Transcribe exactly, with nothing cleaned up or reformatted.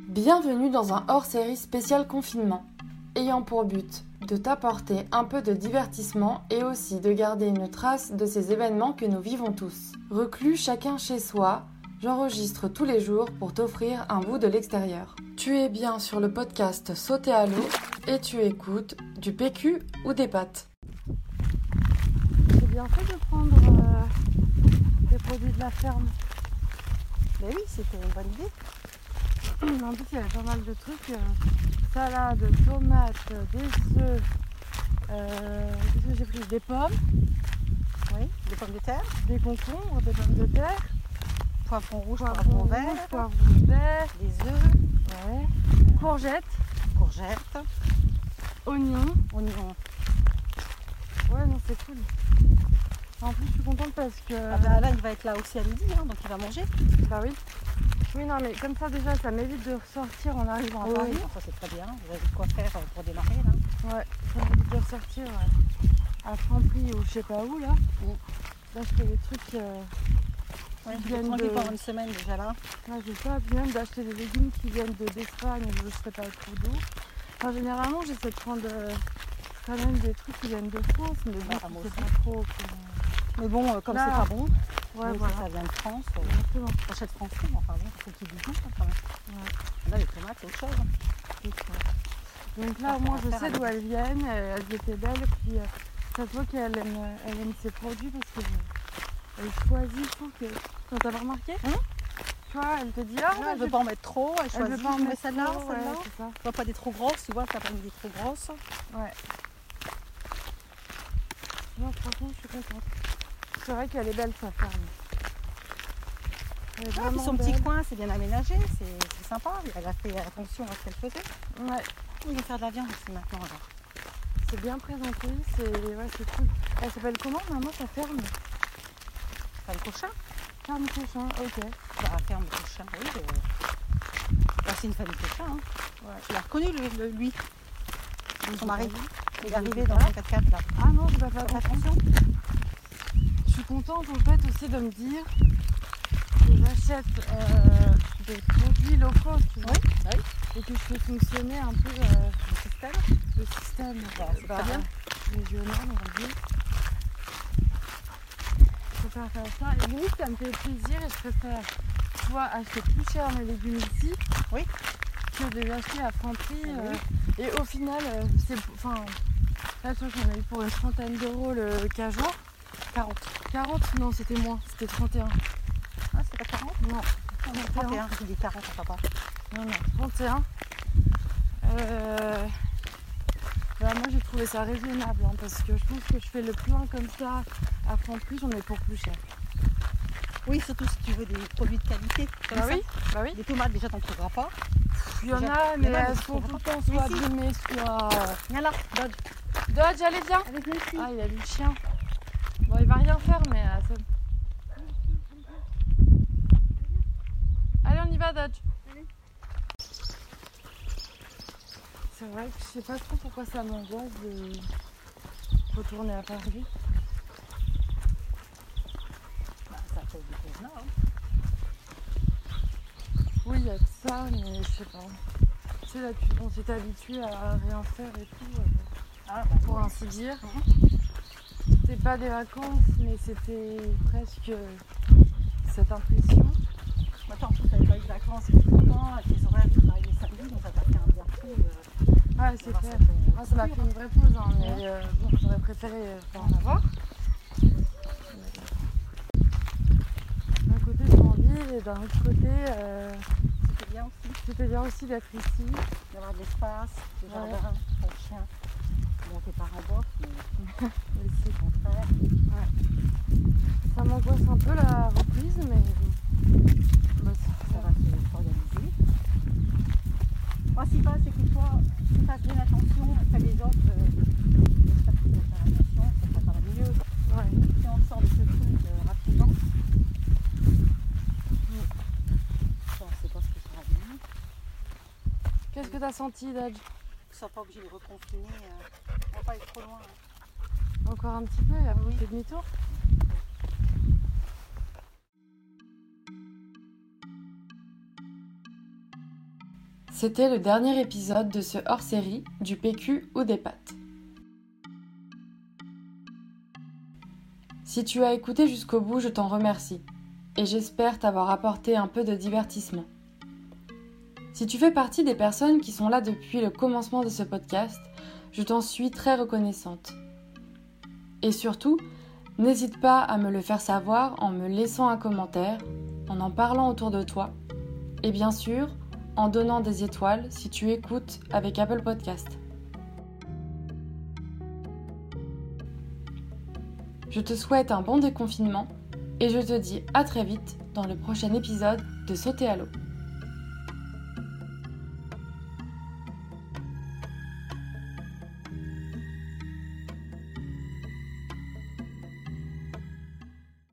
Bienvenue dans un hors-série spécial confinement, ayant pour but de t'apporter un peu de divertissement et aussi de garder une trace de ces événements que nous vivons tous. Reclus chacun chez soi, j'enregistre tous les jours pour t'offrir un bout de l'extérieur. Tu es bien sur le podcast Sauter à l'eau et tu écoutes du P Q ou des pâtes. J'ai bien fait de prendre euh, des produits de la ferme. Mais oui, c'était une bonne idée. En plus, il y avait pas mal de trucs. Euh, salade, tomates, des œufs. Euh, qu'est-ce que j'ai pris? Des pommes. Oui, des pommes de terre. Des concombres, des pommes de terre. Poivron rouge, Poivron poivron rouge, vert. poivron vert. Des œufs. Ouais. Courgettes. Courgettes. Oignons. Oignons. Ouais, non, c'est cool. En plus, je suis contente parce que... Ah ben là, il va être là aussi à midi, hein, donc il va manger. Bah oui. Oui, non, mais comme ça, déjà, ça m'évite de ressortir en arrivant à Oui, Paris. ça c'est très bien. Vous avez de quoi faire pour démarrer là. Ouais, ça m'évite de ressortir euh, à Franprix ou je sais pas où, là. Mm. D'acheter des trucs... Euh, Ouais, qui je viennent vais tranquille de... pendant une semaine déjà là. Ouais, j'ai ça, puis même d'acheter des légumes qui viennent de d'Espagne où je ne serais pas trop d'eau. Enfin, généralement, j'essaie de prendre euh, quand même des trucs qui viennent de France, mais bon, Ah, moi c'est aussi. pas trop... Mais bon, euh, comme Là, c'est pas bon, Ouais, même voilà. si ça vient de France, euh, Exactement. on achète français, mais enfin bon, il faut qu'il y ait du goût quand même. Ouais. Là, les tomates, c'est autre chose. C'est ça. Donc là, au moins, je sais d'où elles viennent, euh, elles étaient belles, puis euh, ça se voit qu'elle aime, elle aime ses produits parce qu'elle choisit, je trouve que... Quand t'as pas remarqué Hum Tu vois, elle te dit, ah, Là, bah, elle veut j'ai- pas en mettre trop, elle elle choisit. veut pas en Je mets mettre celle-là, trop, celle-là. ouais, c'est ça. Tu vois, pas des trop grosses, tu vois, t'as pas mis des trop grosses. Ouais. Non, franchement, je suis contente. C'est vrai qu'elle est belle, sa ferme. Elle est Ah, puis vraiment son petit belle. coin, c'est bien aménagé, c'est c'est sympa. Elle a fait attention à ce qu'elle faisait. Ouais, On va faire de la viande aussi maintenant alors. c'est bien présenté, c'est ouais, c'est cool. Elle s'appelle comment, maman, sa ferme? Enfin, le cochin. Ferme Cochin, ok. Bah, ferme cochin, oui. euh, bah, c'est une famille cochin. Hein. Ouais. Tu l'as reconnu lui, le- lui, son mari. Il est arrivé sais dans pas. son quatre quatre là. Ah non, j'ai pas fait Fais attention. attention. Je suis contente en fait aussi de me dire que j'achète euh, des produits locaux, tu vois, Oui, oui. et que je fais fonctionner un peu euh, Le système. le système Bah, c'est bah, très bien. régional, on va dire. Je préfère faire ça. Et limite, ça me fait plaisir et je préfère, tu vois, acheter plus cher mes légumes ici Oui. que de les acheter à Franprix. Ah euh, oui. et au final, euh, c'est, enfin, là, tu vois, j'en ai eu pour une trentaine d'euros le cajou. quarante. quarante? Non, c'était moins, c'était trente et un. Ah, c'est pas quarante? Non, trente et un. Il dit quarante à papa. non, non, trente et un. Euh... Bah, moi, j'ai trouvé ça raisonnable hein, parce que je pense que je fais le plein comme ça à Franprix, j'en ai pour plus cher. Oui, surtout si tu veux des produits de qualité. Comme Bah ça. oui, bah oui. Les tomates, déjà, t'en trouveras pas. Il y en Déjà, a, il y mais en a, mais elles tu sont tout trouveras le pas. temps Oui, soit si. abîmées, soit... Viens là, Dodge. Dodge, allez, viens. Allez, viens ici. Ah, il a vu le chien. Bon, il va rien faire, mais... euh, ça... Allez, on y va, Dodge. Allez. C'est vrai que je sais pas trop pourquoi ça m'angoisse de retourner à Paris. Bah, ça fait du contenant. Hein. Oui, il y a de ça, mais je sais pas. Tu sais, là, tu- on s'est habitué à rien faire et tout, euh, Ah, bah, pour oui. ainsi dire. Mhm. C'était pas des vacances, mais c'était presque cette impression. Attends, tu n'avais pas eu de vacances tout le temps, avec les horaires, tu travailles les samedis, donc ça t'a fait un bien fou. Euh, Ouais, c'est d'avoir clair. cette, euh, Ah, ça m'a fait une vraie pause, hein, mais euh, bon, j'aurais préféré euh, pas en avoir. D'un côté, j'ai envie, et d'un autre côté, euh, C'était bien aussi c'était bien aussi d'être ici. d'avoir de l'espace, des Ouais. jardins, ton chien. Bon, tes parents bossent, mais Ici. ton frère. Ça m'angoisse un peu la reprise, mais bah, Ça va se- s'organiser. Le principal, c'est que toi, tu fasses bien attention, après les autres, euh, j'espère que tu vas faire attention, ça sera pas mieux. ouais. Si on sort de ce truc euh, rapidement, on ne sait pas ce qui sera bien. Qu'est-ce que t'as senti, Dodge? Tu ne sois pas obligé de reconfiner, euh, on va pas aller trop loin. hein. Encore un petit peu et après Oui. on fait demi-tour. C'était le dernier épisode de ce hors-série du P Q ou des pâtes. Si tu as écouté jusqu'au bout, je t'en remercie et j'espère t'avoir apporté un peu de divertissement. Si tu fais partie des personnes qui sont là depuis le commencement de ce podcast, je t'en suis très reconnaissante. Et surtout, n'hésite pas à me le faire savoir en me laissant un commentaire, en en parlant autour de toi et bien sûr, en donnant des étoiles si tu écoutes avec Apple Podcast. Je te souhaite un bon déconfinement et je te dis à très vite dans le prochain épisode de Sauter à l'eau.